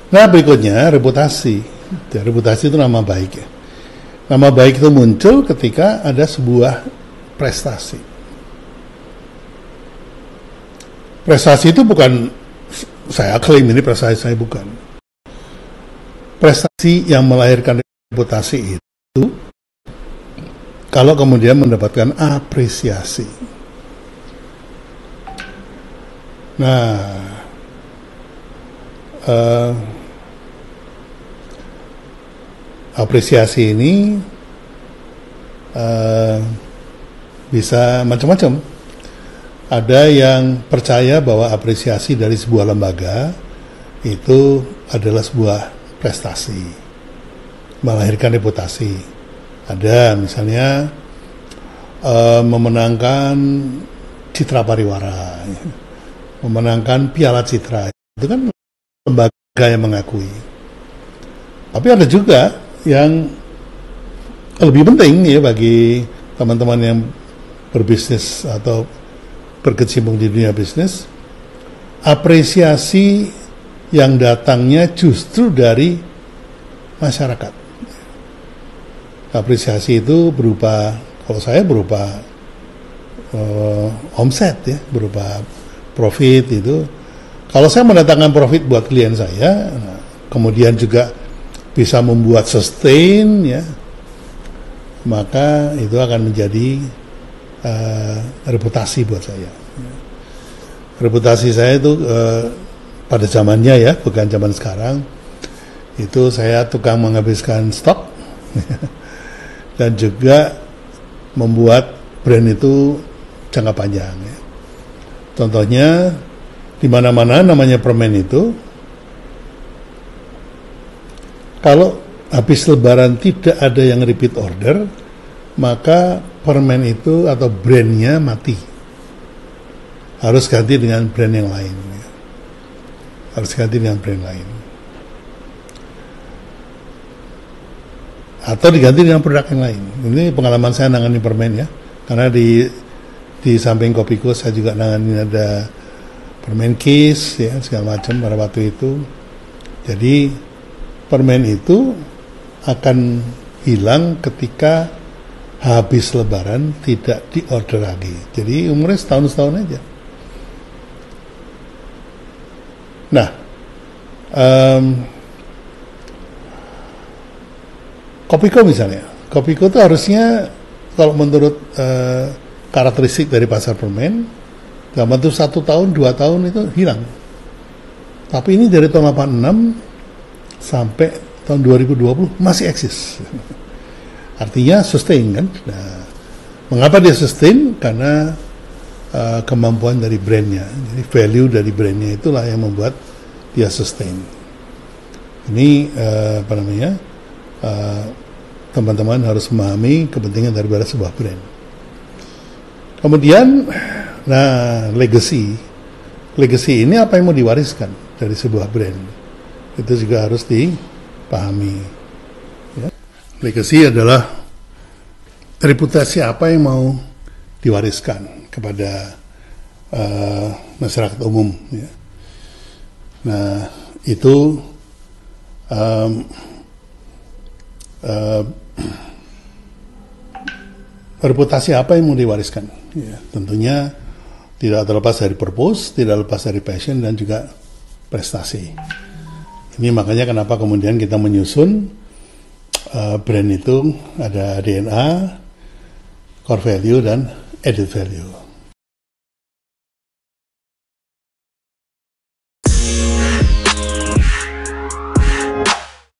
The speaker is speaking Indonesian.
Nah, berikutnya reputasi. Ya, reputasi itu nama baik ya. Nama baik itu muncul ketika ada sebuah prestasi. Prestasi itu bukan saya klaim ini prestasi saya, bukan. Prestasi yang melahirkan reputasi itu kalau kemudian mendapatkan apresiasi. Nah, apresiasi ini bisa macam-macam. Ada yang percaya bahwa apresiasi dari sebuah lembaga itu adalah sebuah prestasi, melahirkan reputasi. Ada misalnya memenangkan Citra Pariwara, memenangkan Piala Citra, itu kan lembaga yang mengakui. Tapi ada juga yang lebih penting ya bagi teman-teman yang berbisnis atau berkecimpung di dunia bisnis, apresiasi yang datangnya justru dari masyarakat. Apresiasi itu berupa, kalau saya berupa omset ya, berupa profit itu. Kalau saya mendatangkan profit buat klien saya, kemudian juga bisa membuat sustain ya, maka itu akan menjadi reputasi buat saya. Reputasi saya itu pada zamannya ya, bukan zaman sekarang, itu saya tukang menghabiskan stok dan juga membuat brand itu jangka panjang ya. Contohnya di mana-mana namanya permen itu, kalau habis lebaran tidak ada yang repeat order, maka permen itu atau brandnya mati. Harus ganti dengan brand yang lain. Harus ganti dengan brand lain. Atau diganti dengan produk yang lain. Ini pengalaman saya nangani permen ya. Karena di samping Kopiko saya juga nangani ada permen Kiss ya, segala macam pada waktu itu. Jadi permen itu akan hilang ketika habis lebaran tidak diorder lagi. Jadi umurnya setahun aja. Nah, Kopiko misalnya. Kopiko itu harusnya kalau menurut karakteristik dari pasar permen, dalam waktu 1 tahun, 2 tahun itu hilang. Tapi ini dari tahun 86 sampai tahun 2020 masih eksis. Artinya sustain kan. Nah, mengapa dia sustain? Karena kemampuan dari brandnya. Jadi value dari brandnya itulah yang membuat dia sustain. Ini teman-teman harus memahami kepentingan daripada sebuah brand. Kemudian, legacy. Legacy ini apa yang mau diwariskan dari sebuah brand? Itu juga harus dipahami. Legacy adalah reputasi apa yang mau diwariskan kepada masyarakat umum. Ya. Nah, itu reputasi apa yang mau diwariskan. Ya, tentunya tidak terlepas dari purpose, tidak lepas dari passion, dan juga prestasi. Ini makanya kenapa kemudian kita menyusun brand itu ada DNA, core value, dan added value.